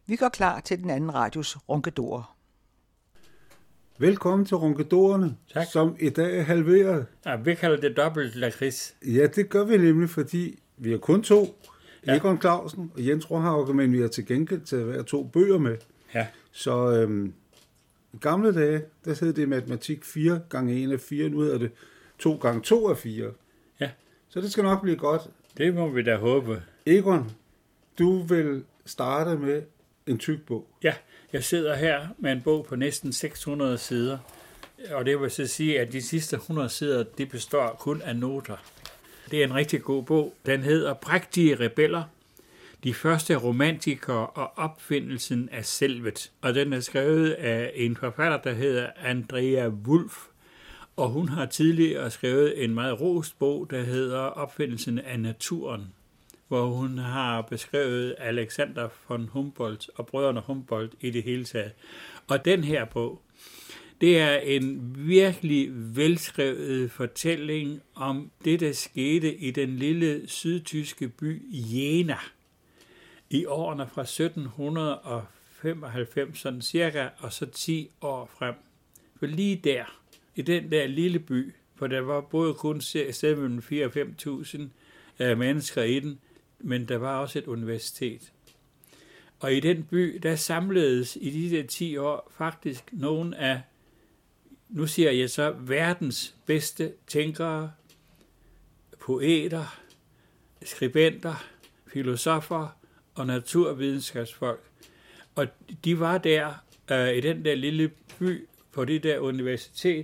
Vi går klar til den anden radios Ronkedorer. Velkommen til Ronkedorerne, som i dag er halveret. Ja, vi kalder det dobbelt lakrids. Ja, det gør vi nemlig, fordi vi er kun to. Ja. Egon Clausen og Jens Råhauke, men vi har til gengæld til at være 2 bøger med. Ja. Så i gamle dage, der hed det matematik 4 gange 1 er 4, nu hedder det 2 gange 2 er 4. Ja. Så det skal nok blive godt. Det må vi da håbe. Egon, du vil starte med en tyk bog. Ja, jeg sidder her med en bog på næsten 600 sider, og det vil så sige, at de sidste 100 sider, det består kun af noter. Det er en rigtig god bog. Den hedder Prægtige rebeller, de første romantikere og opfindelsen af selvet. Og den er skrevet af en forfatter, der hedder Andrea Wulf, og hun har tidligere skrevet en meget rost bog, der hedder Opfindelsen af naturen, hvor hun har beskrevet Alexander von Humboldt og brødrene Humboldt i det hele taget. Og den her bog, det er en virkelig velskrevet fortælling om det, der skete i den lille sydtyske by Jena i årene fra 1795 sådan cirka, og så 10 år frem. For lige der, i den der lille by, for der var både kun sted mellem 4.000 og 5.000 mennesker i den, men der var også et universitet. Og i den by, der samledes i de der 10 år faktisk nogle af, nu siger jeg så, verdens bedste tænkere, poeter, skribenter, filosofer og naturvidenskabsfolk. Og de var der i den der lille by på det der universitet,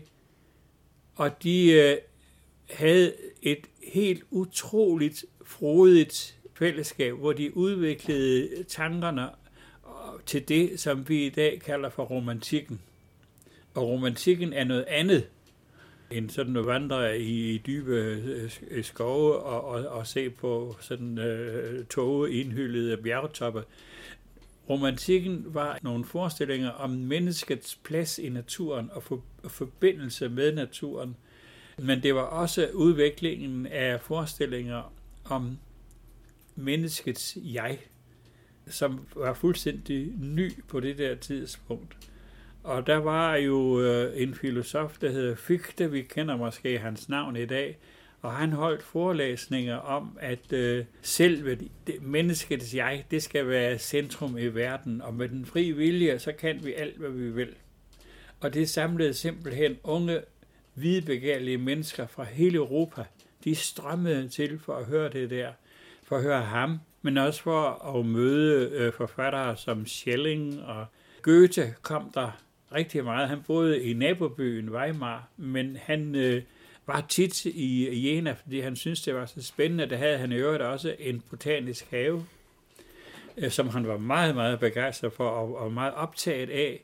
og de havde et helt utroligt frodigt fællesskab, hvor de udviklede tankerne til det, som vi i dag kalder for romantikken. Og romantikken er noget andet end sådan at vandre i dybe skove og se på sådan tåge indhyllede bjergtoppe. Romantikken var nogle forestillinger om menneskets plads i naturen og forbindelse med naturen. Men det var også udviklingen af forestillinger om menneskets jeg, som var fuldstændig ny på det der tidspunkt. Og der var jo en filosof, der hedder Fichte, vi kender måske hans navn i dag, og han holdt forelæsninger om, at selve menneskets jeg, det skal være centrum i verden, og med den frie vilje, så kan vi alt, hvad vi vil. Og det samlede simpelthen unge, hvidbegærlige mennesker fra hele Europa. De strømmede til for at høre det der, for at høre ham, men også for at møde forfattere som Schelling og Goethe kom der rigtig meget. Han boede i nabobyen Weimar, men han var tit i Jena, fordi han syntes, det var så spændende. Der havde han i øvrigt også en botanisk have, som han var meget, meget begejstret for og meget optaget af.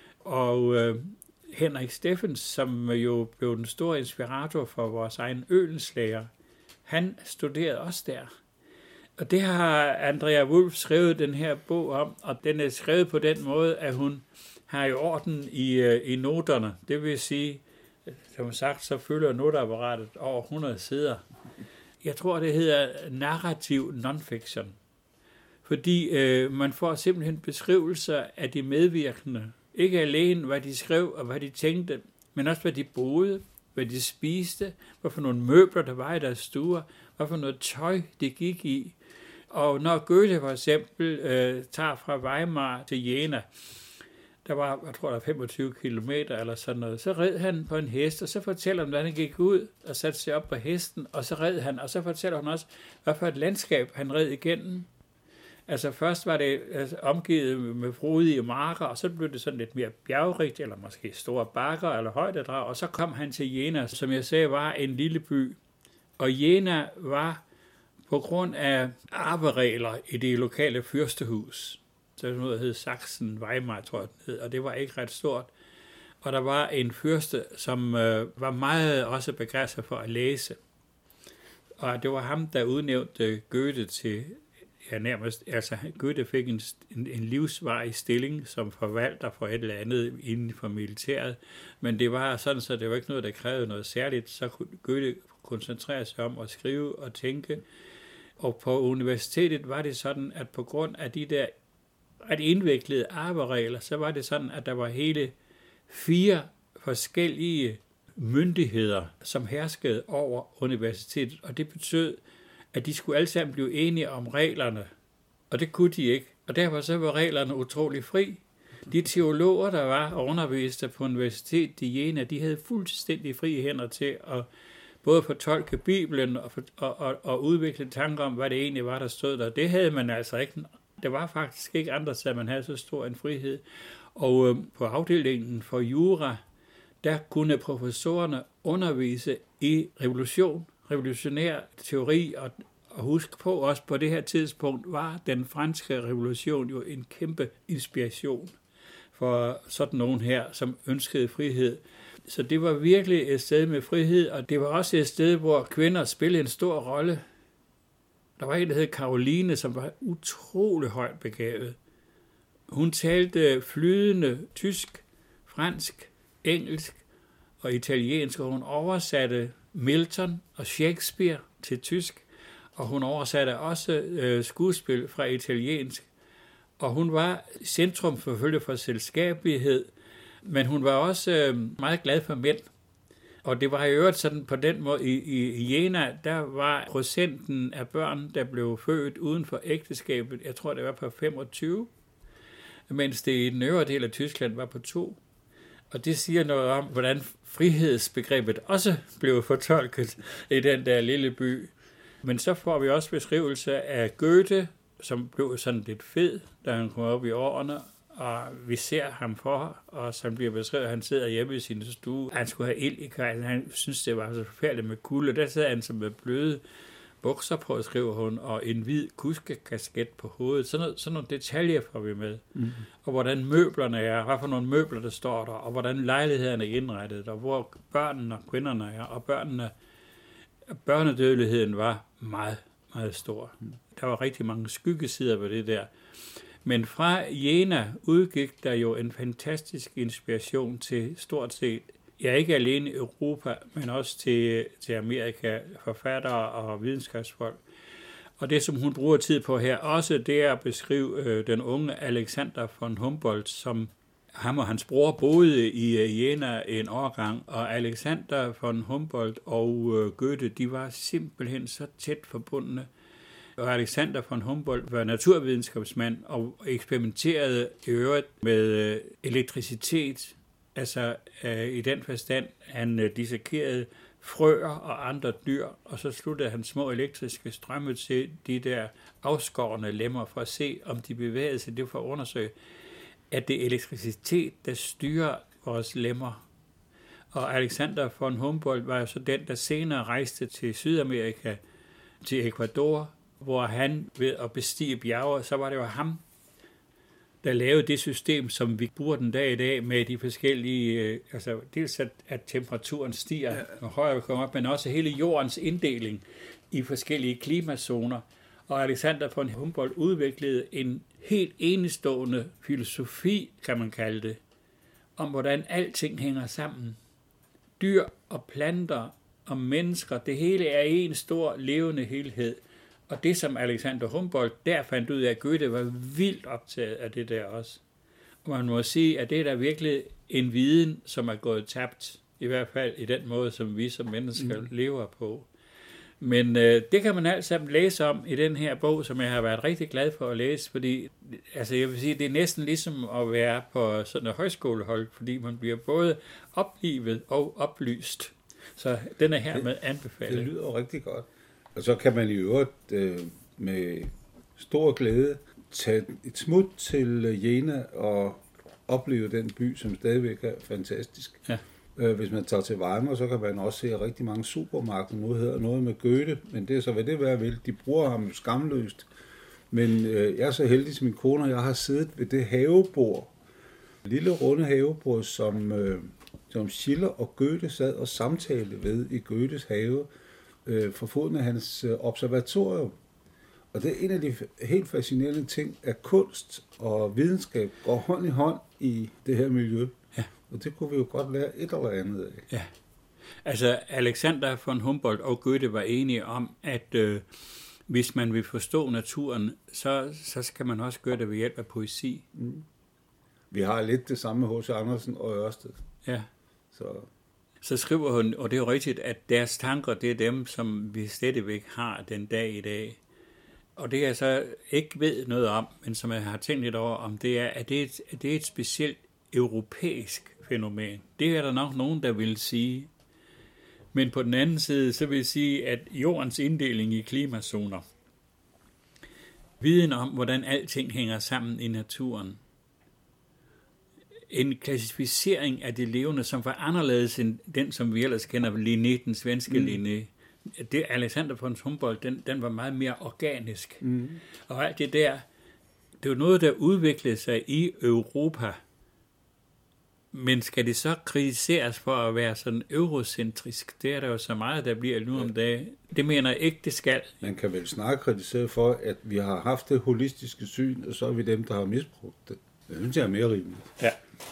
Og Henrik Steffens, som jo blev den store inspirator for vores egen Øhlenslæger, han studerede også der. Og det har Andrea Wulf skrevet den her bog om, og den er skrevet på den måde, at hun har i orden i noterne. Det vil sige, som sagt, så fylder noteapparatet over 100 sider. Jeg tror, det hedder narrativ nonfiction, fordi man får simpelthen beskrivelser af de medvirkende. Ikke alene, hvad de skrev og hvad de tænkte, men også, hvad de boede, hvad de spiste, hvad for nogle møbler, der var i deres stuer, hvad for noget tøj, de gik i. Og når Goethe for eksempel tager fra Weimar til Jena, der var, jeg tror, der 25 kilometer eller sådan noget, så red han på en hest, og så fortæller han, hvordan han gik ud og satte sig op på hesten, og så red han, og så fortæller han også, hvad for et landskab han red igennem. Altså først var det omgivet med frodige marker, og så blev det sådan lidt mere bjergrigt, eller måske store bakker eller højdedrag, og så kom han til Jena, som jeg sagde, var en lille by. Og Jena var på grund af arveregler i det lokale fyrstehus, så noget, der hed Sachsen, Weimar, tror jeg, det hed, og det var ikke ret stort. Og der var en fyrste, som var meget også begejstret for at læse. Og det var ham, der udnævnte Goethe til, ja nærmest, altså Goethe fik en livsvarig stilling som forvalter for et eller andet inden for militæret, men det var sådan, så det var ikke noget, der krævede noget særligt, så kunne Goethe koncentrere sig om at skrive og tænke. Og på universitetet var det sådan, at på grund af de der ret indviklede arveregler, så var det sådan, at der var hele 4 forskellige myndigheder, som herskede over universitetet, og det betød, at de skulle alle sammen blive enige om reglerne, og det kunne de ikke. Og derfor så var reglerne utrolig fri. De teologer, der var og underviste på universitetet i Jena, de havde fuldstændig frie hænder til at både fortolke Bibelen og udvikle tanker om, hvad det egentlig var, der stod der. Det havde man altså ikke. Det var faktisk ikke andre, at man havde så stor en frihed. Og på afdelingen for jura, der kunne professorerne undervise i revolutionær teori, og husk på også på det her tidspunkt var den franske revolution jo en kæmpe inspiration for sådan nogen her, som ønskede frihed. Så det var virkelig et sted med frihed, og det var også et sted, hvor kvinder spillede en stor rolle. Der var en, der hed Caroline, som var utrolig højt begavet. Hun talte flydende tysk, fransk, engelsk og italiensk, og hun oversatte Milton og Shakespeare til tysk, og hun oversatte også skuespil fra italiensk. Og hun var centrum for selskabelighed, men hun var også meget glad for mænd. Og det var i øvrigt sådan på den måde, i Jena, der var procenten af børn, der blev født uden for ægteskabet, jeg tror det var på 25, mens det i den øvre del af Tyskland var på 2. Og det siger noget om, hvordan frihedsbegrebet også blev fortolket i den der lille by. Men så får vi også beskrivelse af Goethe, som blev sådan lidt fed, da han kom op i årene, og vi ser ham for, og som bliver beskrevet, at han sidder hjemme i sin stue. Han skulle have ild i kajsen. Han synes, det var så forfærdeligt med kulde. Der sidder han som med bløde bukser på, skriver hun, og en hvid kuskekasket på hovedet. Sådan nogle detaljer får vi med. Mm. Og hvordan møblerne er, hvad for nogle møbler, der står der, og hvordan lejlighederne er indrettet, og hvor børnene og kvinderne er, og børnedødeligheden var meget, meget stor. Der var rigtig mange skyggesider ved det der. Men fra Jena udgik der jo en fantastisk inspiration til stort set, ikke alene Europa, men også til Amerika, forfattere og videnskabsfolk. Og det, som hun bruger tid på her, også det er at beskrive den unge Alexander von Humboldt, som ham og hans bror boede i Jena en årgang, og Alexander von Humboldt og Goethe, de var simpelthen så tæt forbundne. Og Alexander von Humboldt var naturvidenskabsmand og eksperimenterede i øvrigt med elektricitet, altså i den forstand, han dissekerede frøer og andre dyr, og så sluttede han små elektriske strømme til de der afskårne lemmer for at se, om de bevægede sig. Det for at undersøge, at det er elektricitet, der styrer vores lemmer. Og Alexander von Humboldt var jo så den, der senere rejste til Sydamerika, til Ecuador, hvor han ved at bestige bjerge, så var det jo ham, der lavede det system, som vi bruger den dag i dag med de forskellige, altså dels at temperaturen stiger, og højere kommer op, men også hele jordens inddeling i forskellige klimazoner. Og Alexander von Humboldt udviklede en helt enestående filosofi, kan man kalde det, om hvordan alting hænger sammen. Dyr og planter og mennesker, det hele er en stor levende helhed. Og det, som Alexander Humboldt der fandt ud af, at Goethe var vildt optaget af det der også. Og man må sige, at det er da virkelig en viden, som er gået tabt, i hvert fald i den måde, som vi som mennesker lever på. Men det kan man alt sammen læse om i den her bog, som jeg har været rigtig glad for at læse, fordi altså jeg vil sige, det er næsten ligesom at være på sådan et højskolehold, fordi man bliver både oplivet og oplyst. Så den er hermed anbefalet. Det lyder rigtig godt. Og så kan man i øvrigt med stor glæde tage et smut til Jena og opleve den by, som stadigvæk er fantastisk. Ja. Hvis man tager til Weimar, så kan man også se rigtig mange supermarkeder. Nu hedder noget med Goethe, men det er så, hvad det være vil. De bruger ham skamløst. Men jeg er så heldig som min kone, og jeg har siddet ved det havebord. Lille runde havebord, som Schiller og Goethe sad og samtalte ved i Goethes have, for foden af hans observatorium. Og det er en af de helt fascinerende ting, at kunst og videnskab går hånd i hånd i det her miljø. Ja. Og det kunne vi jo godt lære et eller andet af. Ja. Altså Alexander von Humboldt og Goethe var enige om, at hvis man vil forstå naturen, så skal man også gøre det ved hjælp af poesi. Mm. Vi har lidt det samme med H.C. Andersen og Ørsted. Ja. Så skriver hun, og det er jo rigtigt, at deres tanker, det er dem, som vi stadigvæk har den dag i dag. Og det jeg så ikke ved noget om, men som jeg har tænkt lidt over, om det er, at det er et specielt europæisk fænomen. Det er der nok nogen, der vil sige. Men på den anden side, så vil jeg sige, at jordens inddeling i klimazoner, viden om, hvordan alting hænger sammen i naturen, en klassificering af det levende, som var anderledes end den, som vi ellers kender, Linné, den svenske Linné. Det Alexander von Humboldt, den var meget mere organisk. Mm. Og alt det der, det var noget, der udviklede sig i Europa. Men skal det så kritiseres for at være sådan eurocentrisk? Det er der jo så meget, der bliver nu om dagen. Det mener jeg ikke, det skal. Man kan vel snart kritisere for, at vi har haft det holistiske syn, og så er vi dem, der har misbrugt det. Jeg synes, det er mere rimeligt. Ja.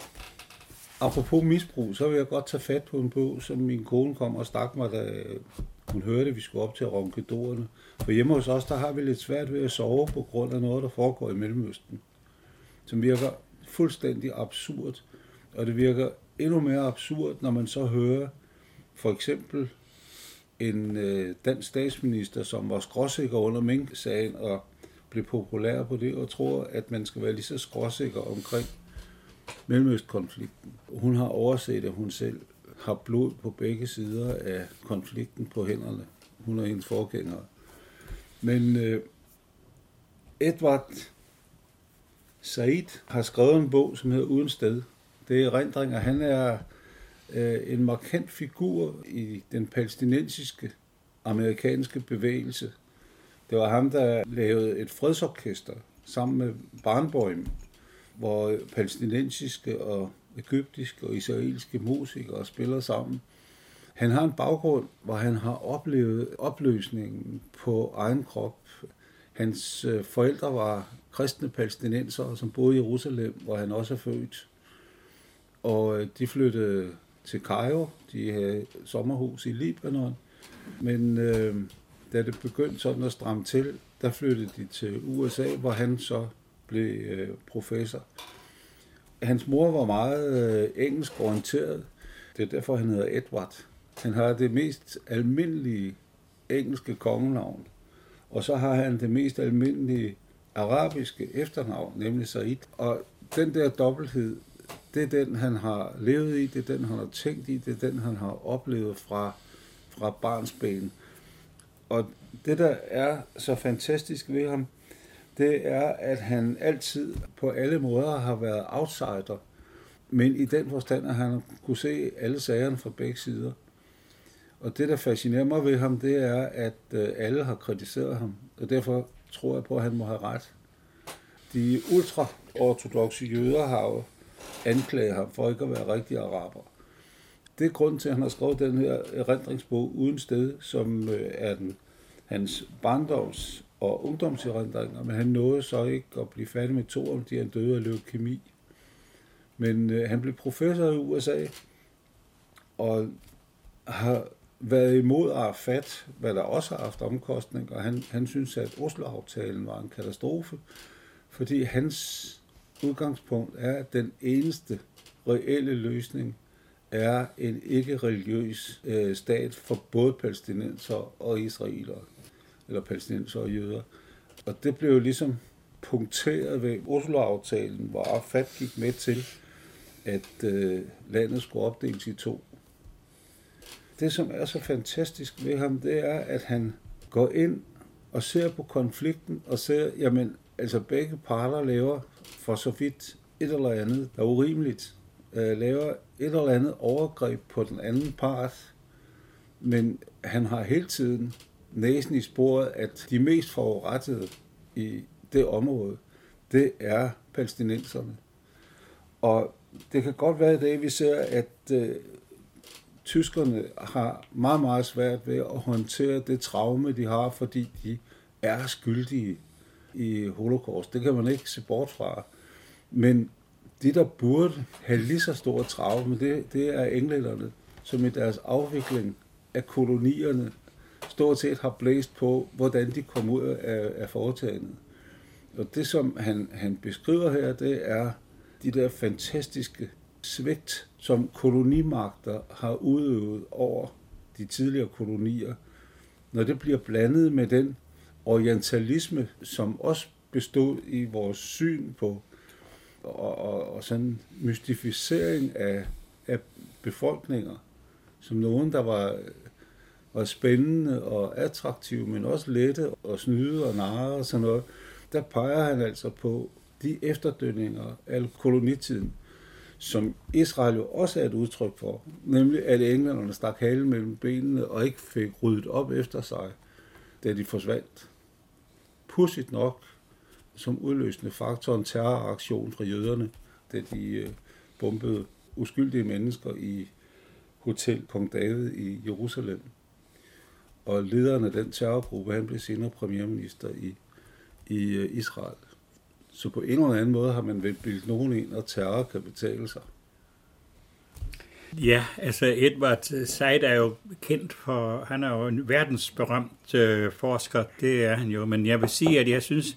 Apropos misbrug, så vil jeg godt tage fat på en bog, som min kone kom og stak mig, da hun hørte, at vi skulle op til Ronkedorerne. For hjemme hos os, der har vi lidt svært ved at sove på grund af noget, der foregår i Mellemøsten, som virker fuldstændig absurd. Og det virker endnu mere absurd, når man så hører for eksempel en dansk statsminister, som var skråsikker under Mink-sagen og blev populær på det, og tror, at man skal være lige så skråsikker omkring Mellemøstkonflikten. Hun har overset, at hun selv har blod på begge sider af konflikten på hænderne. Hun og hendes forgængere. Men Edward Said har skrevet en bog, som hedder Uden sted. Det er erindringer. Han er en markant figur i den palæstinensiske amerikanske bevægelse. Det var ham, der lavede et fredsorkester sammen med Barnborg, hvor palæstinensiske og egyptiske og israelske musikere spiller sammen. Han har en baggrund, hvor han har oplevet opløsningen på egen krop. Hans forældre var kristne palæstinensere, som boede i Jerusalem, hvor han også er født. Og de flyttede til Kairo. De havde sommerhus i Libanon. Men da det begyndte sådan at stramme til, der flyttede de til USA, hvor han så blev professor. Hans mor var meget engelsk orienteret. Det er derfor, han hedder Edward. Han har det mest almindelige engelske kongenavn. Og så har han det mest almindelige arabiske efternavn, nemlig Said. Og den der dobbelthed, det er den, han har levet i, det er den, han har tænkt i, det er den, han har oplevet fra barnsben. Og det, der er så fantastisk ved ham, det er, at han altid på alle måder har været outsider, men i den forstand, at han kunne se alle sagerne fra begge sider. Og det, der fascinerer mig ved ham, det er, at alle har kritiseret ham, og derfor tror jeg på, at han må have ret. De ultra-ortodoxe jøder har jo anklaget ham for ikke at være rigtige araber. Det er grunden til, at han har skrevet den her erindringsbog Uden sted, som er hans barndoms- og ungdomserindringer, men han nåede så ikke at blive færdig med 2 år, fordi han døde af leukemi. Men han blev professor i USA, og har været imod Arafat, hvad der også har haft omkostninger, og han synes, at Oslo-aftalen var en katastrofe, fordi hans udgangspunkt er, at den eneste reelle løsning er en ikke-religiøs stat for både palæstinenser og israelere, eller palæstinenser og jøder. Og det blev ligesom punkteret ved Oslo-aftalen, hvor Arafat gik med til, at landet skulle opdeles i 2. Det, som er så fantastisk ved ham, det er, at han går ind og ser på konflikten, og ser, jamen, altså begge parter laver for så vidt et eller andet, der er urimeligt, laver et eller andet overgreb på den anden part, men han har hele tiden næsen i sporet, at de mest forurettede i det område, det er palæstinenserne. Og det kan godt være i dag, vi ser, at tyskerne har meget, meget svært ved at håndtere det traume, de har, fordi de er skyldige i holocaust. Det kan man ikke se bort fra. Men de, der burde have lige så store traume, det er englænderne, som i deres afvikling af kolonierne stort set har blæst på, hvordan de kom ud af foretagendet. Og det, som han beskriver her, det er de der fantastiske svigt, som kolonimagter har udøvet over de tidligere kolonier, når det bliver blandet med den orientalisme, som også bestod i vores syn på og sådan mystificering af befolkninger, som nogen, der var spændende og attraktive, men også lette og snyde og narre og sådan noget. Der peger han altså på de efterdønninger af kolonitiden, som Israel jo også er et udtryk for, nemlig at englænderne stak halen mellem benene og ikke fik ryddet op efter sig, da de forsvandt. Pudsigt nok, som udløsende faktor, en terroraktion fra jøderne, da de bombede uskyldige mennesker i Hotel Kong David i Jerusalem. Og lederen af den terrorgruppe, han blev senere premierminister i Israel. Så på en eller anden måde har man vel bildt nogen ind, og terror kan betale sig. Ja, altså Edward Said er jo kendt for, han er jo en verdensberømt forsker, det er han jo, men jeg vil sige, at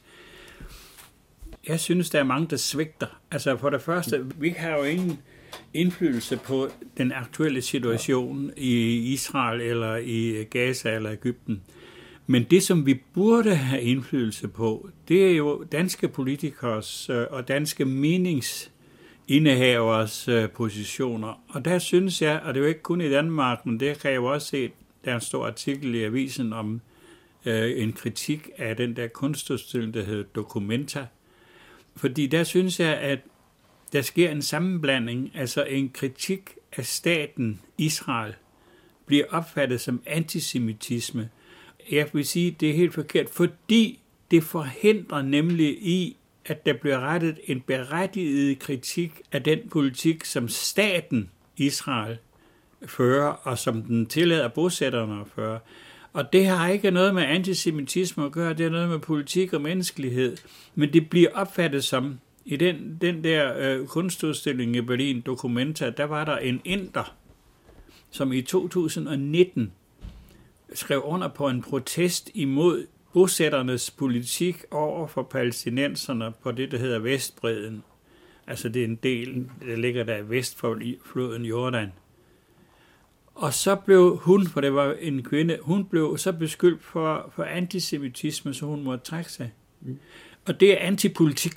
jeg synes, der er mange, der svigter. Altså for det første, vi har jo ingen indflydelse på den aktuelle situation i Israel, eller i Gaza, eller Egypten. Men det, som vi burde have indflydelse på, det er jo danske politikers og danske meningsindehavers positioner. Og der synes jeg, og det er jo ikke kun i Danmark, men det kan jeg jo også se, der er en stor artikel i avisen om en kritik af den der kunstudstilling, der hedder Documenta. Fordi der synes jeg, at der sker en sammenblanding, altså en kritik af staten Israel bliver opfattet som antisemitisme. Jeg vil sige, at det er helt forkert, fordi det forhindrer nemlig i, at der bliver rettet en berettiget kritik af den politik, som staten Israel fører, og som den tillader bosætterne at føre. Og det har ikke noget med antisemitisme at gøre, det er noget med politik og menneskelighed. Men det bliver opfattet som, i den der kunstudstilling i Berlin, Documenta, der var der en inder, som i 2019 skrev under på en protest imod bosætternes politik over for palæstinenserne på det, der hedder Vestbredden. Altså det er en del, der ligger der vest for floden Jordan. Og så blev hun, for det var en kvinde, hun blev så beskyldt for antisemitisme, så hun måtte trække sig. Og det er antipolitik.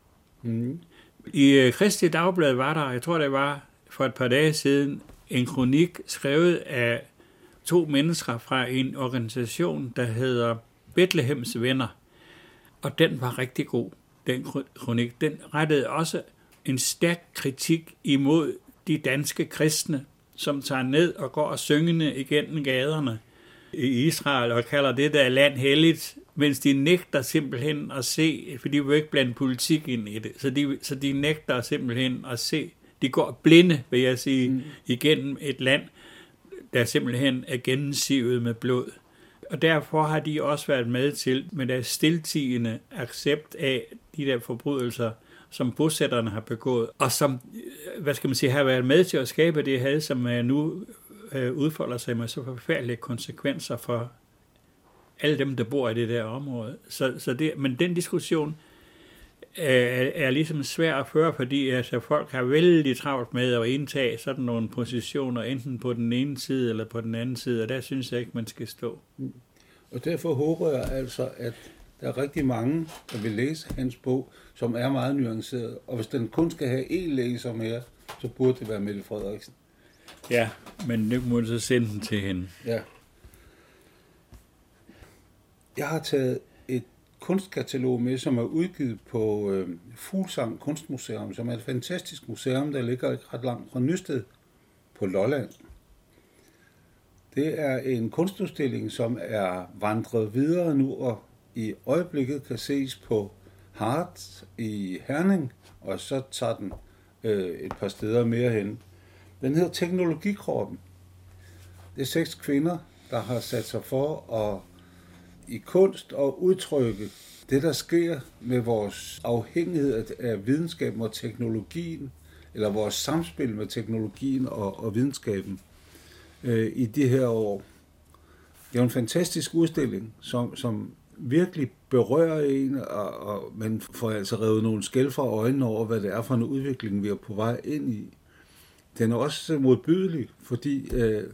I Kristeligt Dagblad var der, jeg tror det var for et par dage siden, en kronik skrevet af 2 mennesker fra en organisation, der hedder Betlehems Venner. Og den var rigtig god, den kronik. Den rettede også en stærk kritik imod de danske kristne, som tager ned og går syngende igennem gaderne i Israel og kalder det der land helligt, mens de nægter simpelthen at se, for de vil ikke blande politik ind i det, så de nægter simpelthen at se. De går blinde, vil jeg sige, igennem et land, der simpelthen er gennemsivet med blod. Og derfor har de også været med til med deres stiltiende accept af de der forbrydelser, som bosætterne har begået, og som, har været med til at skabe det had, som nu udfolder sig med så forfærdelige konsekvenser for alle dem, der bor i det der område. Men den diskussion er ligesom svær at føre, fordi altså, folk har vældig travlt med at indtage sådan nogle positioner, enten på den ene side eller på den anden side, og der synes jeg ikke, man skal stå. Og derfor håber jeg altså, at der er rigtig mange, der vil læse hans bog, som er meget nuanceret. Og hvis den kun skal have én læser mere, så burde det være Mette Frederiksen. Ja, men nu må du så sende den til hende. Ja. Jeg har taget et kunstkatalog med, som er udgivet på Fuglsang Kunstmuseum, som er et fantastisk museum, der ligger ikke ret langt fra Nysted på Lolland. Det er en kunstudstilling, som er vandret videre nu, og i øjeblikket kan ses på Hart i Herning, og så tager den et par steder mere hen. Den hedder Teknologikroppen. Det er 6 kvinder, der har sat sig for at i kunst at udtrykke det, der sker med vores afhængighed af videnskaben og teknologien, eller vores samspil med teknologien og videnskaben i de her år. det er en fantastisk udstilling, som virkelig berører en, og man får altså revet nogle skæl fra øjnene over, hvad det er for en udvikling, vi er på vej ind i. Den er også modbydelig, fordi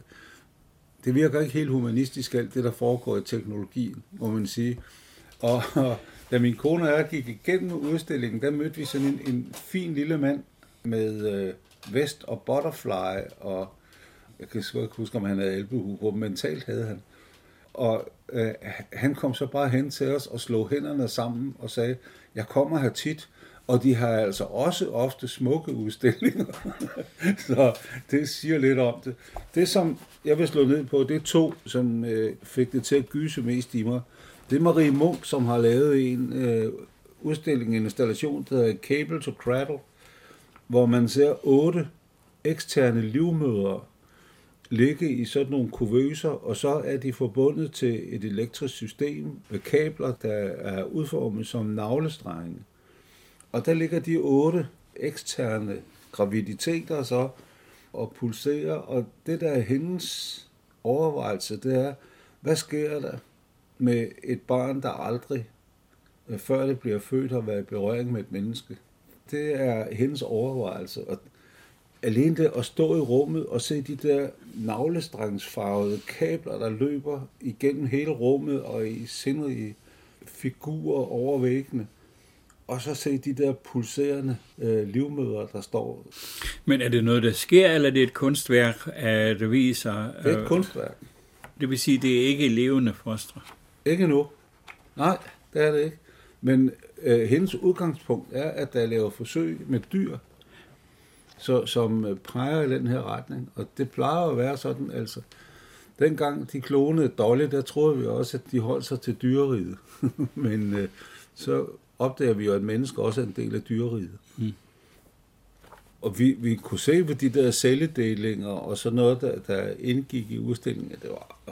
det virker ikke helt humanistisk, alt det, der foregår i teknologien, må man sige. Og da min kone og jeg gik igennem udstillingen, der mødte vi sådan en fin lille mand med vest og butterfly, og jeg kan sgu ikke huske, om han havde albuehue på, men mentalt havde han. Og han kom så bare hen til os og slog hænderne sammen og sagde, jeg kommer her tit, og de har altså også ofte smukke udstillinger. Så det siger lidt om det. Det, som jeg vil slå ned på, det er 2, som fik det til at gyse mest i mig. Det er Marie Munk, som har lavet en udstilling, en installation, der hedder Cable to Cradle, hvor man ser 8 eksterne livmødre ligge i sådan nogle kuvøser, og så er de forbundet til et elektrisk system med kabler, der er udformet som navlestrenge. Og der ligger de 8 eksterne graviditeter så og pulserer, og det der er hendes overvejelse, det er, hvad sker der med et barn, der aldrig, før det bliver født, har været i berøring med et menneske. Det er hendes overvejelse, og alene det at stå i rummet og se de der navlestrengsfarvede kabler, der løber igennem hele rummet og i sindrige figurer over væggene, og så se de der pulserende livmødre, der står. Men er det noget, der sker, eller er det et kunstværk, der viser? Det er et kunstværk. Det vil sige, det er ikke levende fostre? Ikke nu. Nej, det er det ikke. Men hendes udgangspunkt er, at der er lavet forsøg med dyr, som peger i den her retning. Og det plejer at være sådan, altså. Dengang de klonede Dolly, der troede vi også, at de holdt sig til dyreriget. Men så opdager vi jo, at mennesker også er en del af dyreriget. Mm. Og vi kunne se ved de der celledelinger og sådan noget, der indgik i udstillingen, at det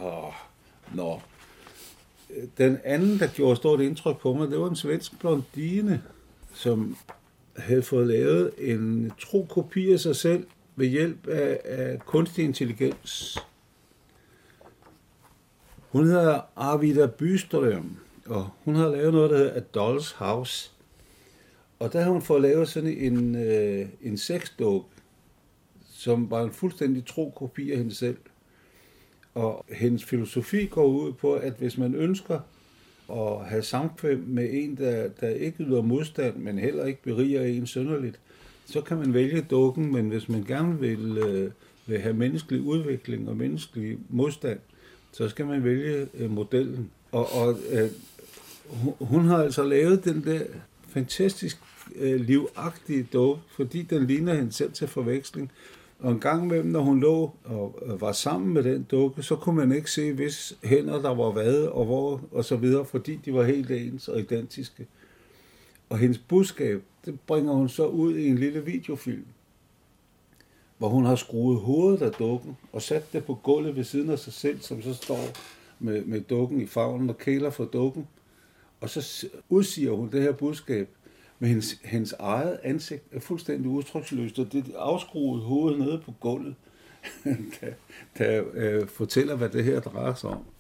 var, Den anden, der gjorde stort indtryk på mig, det var en svensk blondine, som havde fået lavet en tro kopi af sig selv ved hjælp af kunstig intelligens. Hun hedder Arvida Byström, og hun har lavet noget, der hedder A Doll's House. Og der har hun fået lavet sådan en sexdukke, som var en fuldstændig tro kopi af hende selv. Og hendes filosofi går ud på, at hvis man ønsker at have samkvem med en, der ikke yder modstand, men heller ikke beriger en synderligt, så kan man vælge dukken, men hvis man gerne vil have menneskelig udvikling og menneskelig modstand, så skal man vælge modellen. Og hun har altså lavet den der fantastisk livagtige dukke, fordi den ligner hende selv til forveksling. Og en gang imellem, når hun lå og var sammen med den dukke, så kunne man ikke se, hvis hænder der var hvad og hvor og så videre, fordi de var helt ens og identiske. Og hendes budskab, det bringer hun så ud i en lille videofilm, hvor hun har skruet hovedet af dukken og sat det på gulvet ved siden af sig selv, som så står med dukken i favnen og kæler for dukken. Og så udsiger hun det her budskab, men hendes eget ansigt er fuldstændig udtryksløst, og det afskruede hoved nede på gulvet, der fortæller, hvad det her drejer sig om.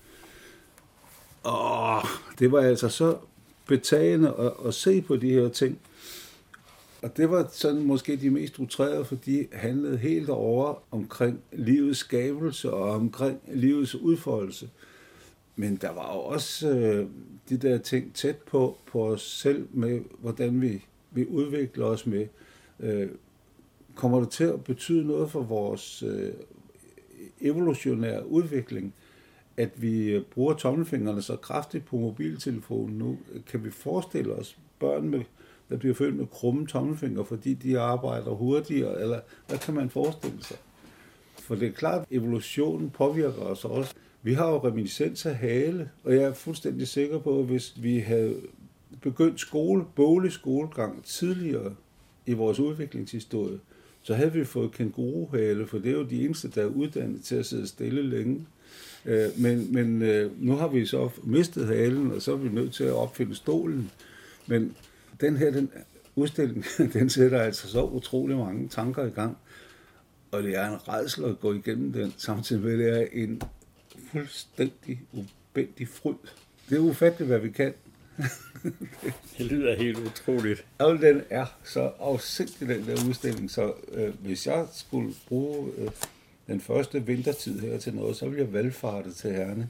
Det var altså så betagende at se på de her ting. Og det var sådan måske de mest utrærede, for de handlede helt over omkring livets skabelse og omkring livets udfoldelse. Men der var jo også de der ting tæt på os selv med, hvordan vi udvikler os med. Kommer det til at betyde noget for vores evolutionære udvikling, at vi bruger tommelfingrene så kraftigt på mobiltelefonen nu? Kan vi forestille os børn, der bliver født med krumme tommelfingre, fordi de arbejder hurtigere, eller hvad kan man forestille sig? For det er klart, at evolutionen påvirker os også. Vi har jo reminiscens af hale, og jeg er fuldstændig sikker på, at hvis vi havde begyndt boglig skolegang tidligere i vores udviklingshistorie, så havde vi fået kænguruhale, for det er jo de eneste, der er uddannet til at sidde stille længe. Men nu har vi så mistet halen, og så er vi nødt til at opfinde stolen. Men den udstilling, den sætter altså så utrolig mange tanker i gang, og det er en rædsel at gå igennem den, samtidig med det er en fuldstændig ubændig fryd. Det er ufatteligt, hvad vi kan. Det lyder helt utroligt. Og den er så afsindig, den der udstilling, så hvis jeg skulle bruge den første vintertid her til noget, så ville jeg valfarte til Herne.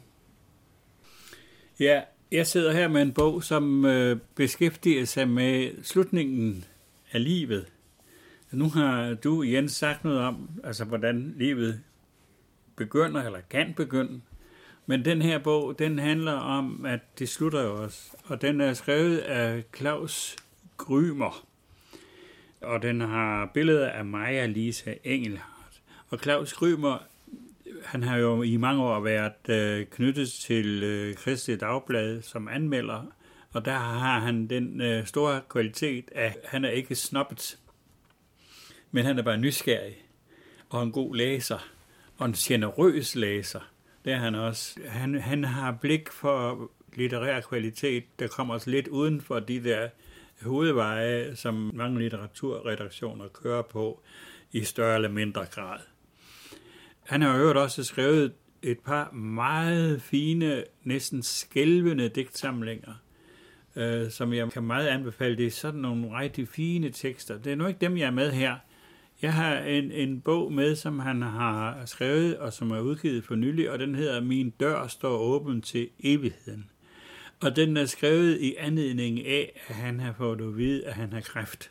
Ja, jeg sidder her med en bog, som beskæftiger sig med slutningen af livet. Nu har du, Jens, sagt noget om, altså hvordan livet begynder eller kan begynde. Men den her bog, den handler om, at det slutter jo også. Og den er skrevet af Claus Grymer. Og den har billeder af Maja Lisa Engelhardt. Og Claus Grymer, han har jo i mange år været knyttet til Kristeligt Dagblad som anmelder. Og der har han den store kvalitet, at han er ikke snobbet. Men han er bare nysgerrig. Og en god læser. Og en generøs læser. Det er han også. Han har blik for litterær kvalitet, der kommer også lidt uden for de der hovedveje, som mange litteraturredaktioner kører på i større eller mindre grad. Han har jo også skrevet et par meget fine, næsten skælvende digtsamlinger, som jeg kan meget anbefale. Det er sådan nogle rigtig fine tekster. Det er nu ikke dem, jeg er med her. Jeg har en bog med, som han har skrevet, og som er udgivet for nylig, og den hedder Min dør står åben til evigheden. Og den er skrevet i anledning af, at han har fået at vide, at han har kræft.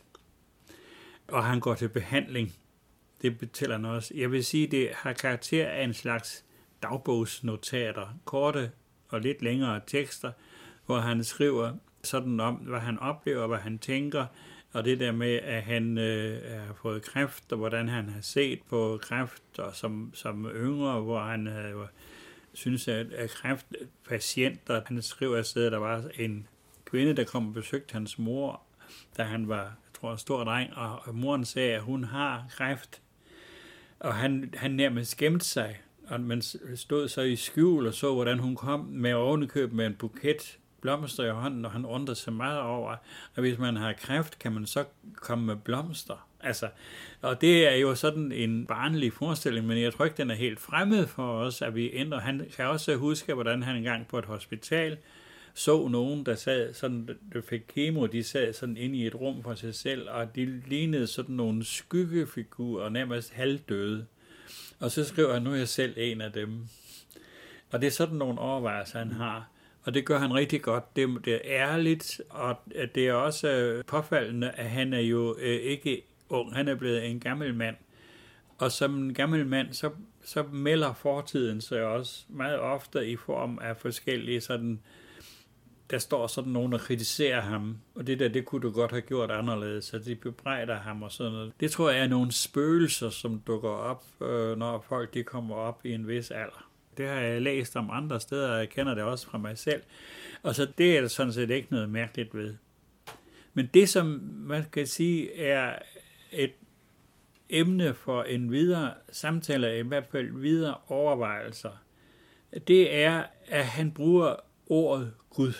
Og han går til behandling. Det fortæller han også. Jeg vil sige, det har karakter af en slags dagbogsnotater, korte og lidt længere tekster, hvor han skriver sådan om, hvad han oplever, hvad han tænker, og det der med, at han har fået kræft, og hvordan han har set på kræft, og som yngre, hvor han havde synes, at kræftpatienter, han skriver et sted, at der var en kvinde, der kom og besøgte hans mor, da han var, jeg tror, en stor dreng, og moren sagde, at hun har kræft. Og han nærmest gemte sig, og man stod så i skjul og så, hvordan hun kom med ovenikøb med en buket blomster i hånden, og han undrede sig meget over, at hvis man har kræft, kan man så komme med blomster. Altså, og det er jo sådan en barnlig forestilling, men jeg tror ikke, den er helt fremmed for os, at vi ændrer. Han kan også huske, hvordan han engang på et hospital så nogen, der sad sådan, der fik kemo, de sad sådan inde i et rum for sig selv, og de lignede sådan nogle skyggefigurer, nærmest halvdøde. Og så skriver han, nu er jeg selv en af dem. Og det er sådan nogle overvejelser, han har. Og det gør han rigtig godt. Det er ærligt, og det er også påfaldende, at han er jo ikke ung. Han er blevet en gammel mand. Og som en gammel mand, så melder fortiden sig også meget ofte i form af forskellige sådan, der står sådan nogen, der kritiserer ham. Og det kunne du godt have gjort anderledes, så de bebrejder ham og sådan noget. Det tror jeg er nogle spøgelser, som dukker op, når folk de kommer op i en vis alder. Det har jeg læst om andre steder, og jeg kender det også fra mig selv. Og så det er der sådan set ikke noget mærkeligt ved. Men det, som man kan sige, er et emne for en videre samtale, i hvert fald videre overvejelser, det er, at han bruger ordet Gud.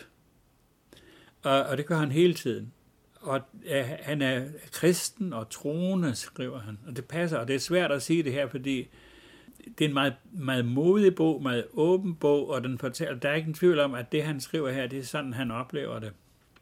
Og det gør han hele tiden. Og han er kristen og troende, skriver han. Og det passer, og det er svært at sige det her, fordi det er en meget, meget modig bog, meget åben bog, og den fortæller, der er ikke en tvivl om, at det, han skriver her, det er sådan, han oplever det.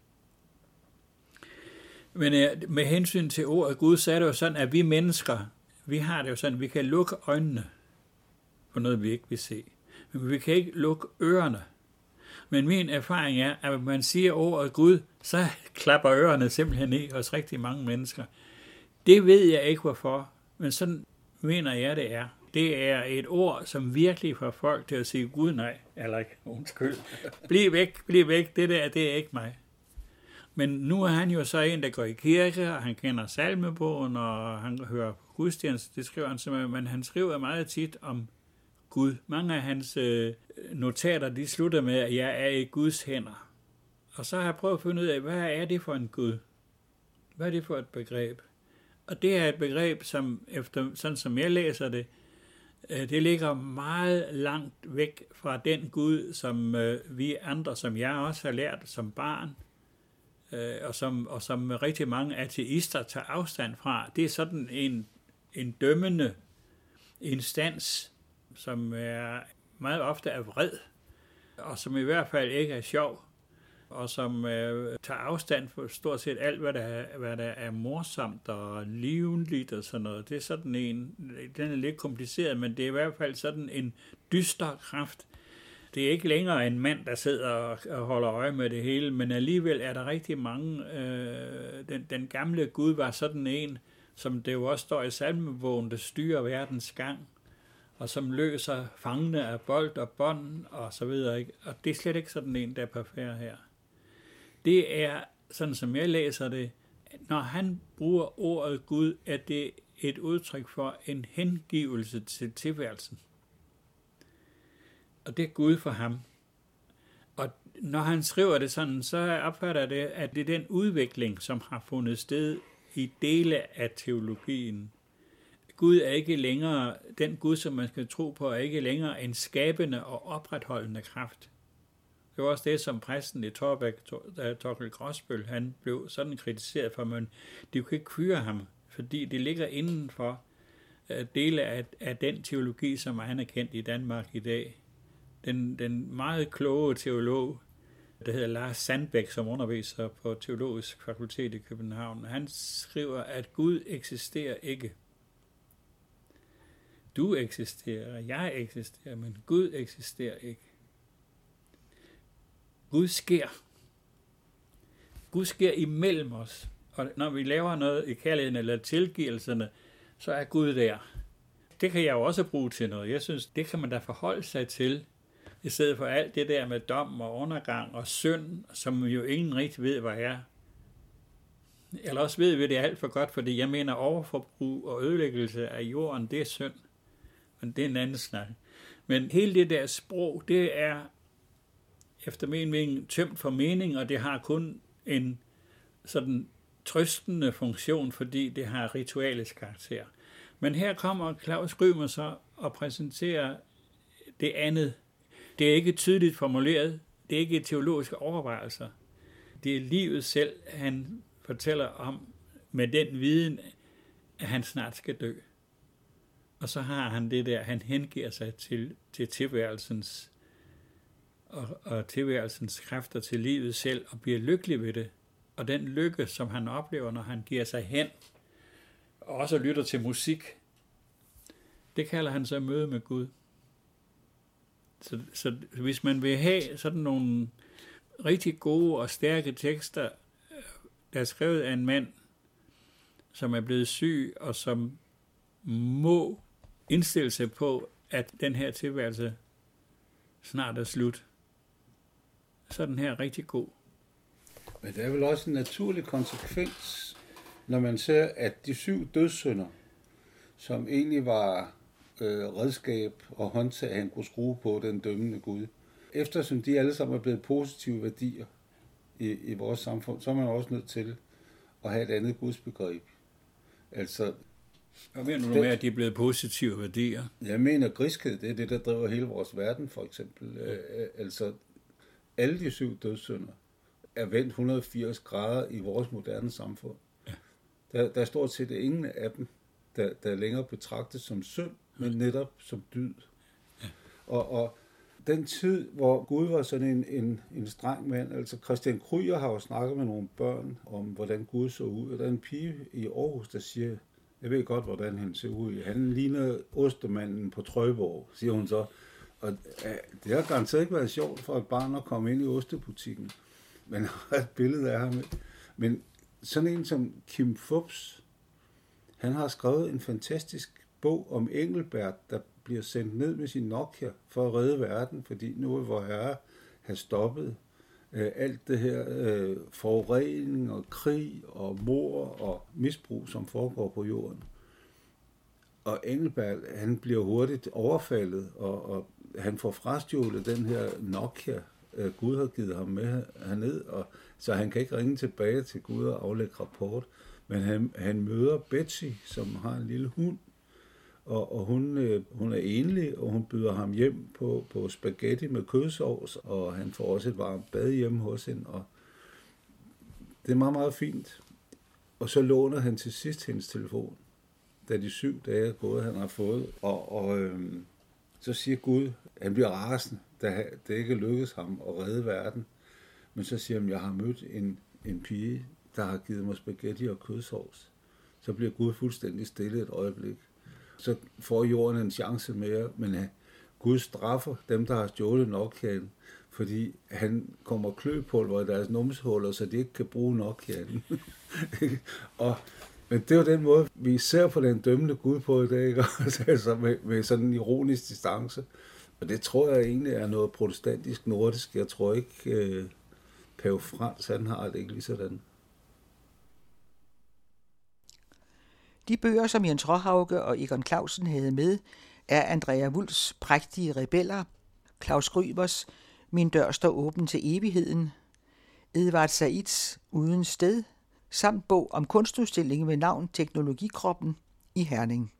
Men med hensyn til ordet Gud, så er det jo sådan, at vi mennesker, vi har det jo sådan, vi kan lukke øjnene på noget, vi ikke vil se. Men vi kan ikke lukke ørerne. Men min erfaring er, at når man siger ordet Gud, så klapper ørerne simpelthen i hos rigtig mange mennesker. Det ved jeg ikke hvorfor, men sådan mener jeg, det er. Det er et ord, som virkelig får folk til at sige, Gud nej, eller ikke, undskyld. Bliv væk, det der, det er ikke mig. Men nu er han jo så en, der går i kirke, og han kender salmebogen, og han hører på gudstjeneste, det skriver han simpelthen, men han skriver meget tit om Gud. Mange af hans notater, de slutter med, at jeg er i Guds hænder. Og så har jeg prøvet at finde ud af, hvad er det for en Gud? Hvad er det for et begreb? Og det er et begreb, som efter, sådan som jeg læser det, det ligger meget langt væk fra den Gud, som vi andre, som jeg også har lært som barn, og som rigtig mange ateister tager afstand fra. Det er sådan en dømmende instans, som er meget ofte er vred, og som i hvert fald ikke er sjov, og som tager afstand for stort set alt, hvad der er morsomt og livligt og sådan noget. Det er sådan en, den er lidt kompliceret, men det er i hvert fald sådan en dyster kraft. Det er ikke længere en mand, der sidder og holder øje med det hele, men alligevel er der rigtig mange. Den gamle Gud var sådan en, som det jo også står i salmebogen, der styrer verdens gang, og som løser fangene af bold og bånd og så videre. Ikke? Og det er slet ikke sådan en, der er på færd her. Det er, sådan som jeg læser det, når han bruger ordet Gud, er det et udtryk for en hengivelse til tilværelsen. Og det er Gud for ham. Og når han skriver det sådan, så opfatter det, at det er den udvikling, som har fundet sted i dele af teologien. Gud er ikke længere, den Gud, som man skal tro på, er ikke længere en skabende og opretholdende kraft. Det var også det, som præsten i Torbæk, Torkel Gråsbøl, han blev sådan kritiseret for, men de kunne ikke fyre ham, fordi det ligger inden for dele af den teologi, som er anerkendt i Danmark i dag. Den meget kloge teolog, der hedder Lars Sandbæk, som underviser på Teologisk Fakultet i København, han skriver, at Gud eksisterer ikke. Du eksisterer, jeg eksisterer, men Gud eksisterer ikke. Gud sker. Gud sker imellem os. Og når vi laver noget i kærligheden eller tilgivelserne, så er Gud der. Det kan jeg jo også bruge til noget. Jeg synes, det kan man da forholde sig til, i stedet for alt det der med dom og undergang og synd, som jo ingen rigtig ved, hvad er. Eller også ved vi det alt for godt, fordi jeg mener overforbrug og ødelæggelse af jorden, det er synd. Men det er en anden snak. Men hele det der sprog, det er efter min mening tømt for mening, og det har kun en sådan trøstende funktion, fordi det har ritualets karakter. Men her kommer Klaus Rømer så og præsenterer det andet. Det er ikke tydeligt formuleret, det er ikke teologiske overvejelser. Det er livet selv, han fortæller om med den viden, at han snart skal dø. Og så har han det der, han hengiver sig til tilværelsens og tilværelsens kræfter til livet selv, og bliver lykkelig ved det. Og den lykke, som han oplever, når han giver sig hen, og også lytter til musik, det kalder han så møde med Gud. Så hvis man vil have sådan nogle rigtig gode og stærke tekster, der er skrevet af en mand, som er blevet syg, og som må indstille sig på, at den her tilværelse snart er slut, så er den her rigtig god. Men der er vel også en naturlig konsekvens, når man ser, at de 7 dødssynder, som egentlig var redskab og håndtag, han kunne skrue på den dømmende Gud, eftersom de alle sammen er blevet positive værdier i vores samfund, så er man også nødt til at have et andet gudsbegreb. Altså, hvad mener du med, at de er blevet positive værdier? Jeg mener, griskhed, det er det, der driver hele vores verden, for eksempel. Altså, alle de 7 dødssynder er vendt 180 grader i vores moderne samfund. Ja. Der er stort set ingen af dem, der længere betragtes som synd, men netop som dyd. Ja. Og den tid, hvor Gud var sådan en streng mand, altså Christian Krüger har jo snakket med nogle børn om, hvordan Gud så ud, og der er en pige i Aarhus, der siger, jeg ved godt, hvordan han ser ud. Han ligner ostemanden på Trøjborg, siger hun så. Og det har garanteret ikke været sjovt for et barn at komme ind i ostebutikken. Men har et billede af ham. Men sådan en som Kim Fupz, han har skrevet en fantastisk bog om Engelbert, der bliver sendt ned med sin Nokia for at redde verden, fordi nu vil vor Herre have stoppet alt det her forurening og krig og mord og misbrug, som foregår på jorden. Og Engelbert, han bliver hurtigt overfaldet, og han får frastjålet den her Nokia, Gud har givet ham med herned, og så han kan ikke ringe tilbage til Gud og aflægge rapport. Men han møder Betsy, som har en lille hund, og hun er enlig, og hun byder ham hjem på spaghetti med kødsovs, og han får også et varmt bad hjemme hos hende, og det er meget, meget fint. Og så låner han til sidst hendes telefon, da de 7 dage er gået, han har fået, og Så siger Gud, han bliver rasende, da det ikke lykkedes ham at redde verden. Men så siger han, jeg har mødt en pige, der har givet mig spaghetti og kødsovs. Så bliver Gud fuldstændig stille et øjeblik. Så får jorden en chance mere, men Gud straffer dem, der har stjålet Nokiaen, fordi han kommer kløpulver i deres numsehuller, så de ikke kan bruge Nokiaen. Men det er jo den måde, vi ser på den dømmende Gud på i dag, ikke? Altså med sådan en ironisk distance. Og det tror jeg egentlig er noget protestantisk nordisk. Jeg tror ikke, Pave Frans, han har det ikke lige sådan. De bøger, som Jens Råhauge og Egon Clausen havde med, er Andrea Wulfs Prægtige rebeller, Klaus Grybers Min dør står åben til evigheden, Edvard Saids Uden sted, samt bog om kunstudstillingen med navn Teknologikroppen i Herning.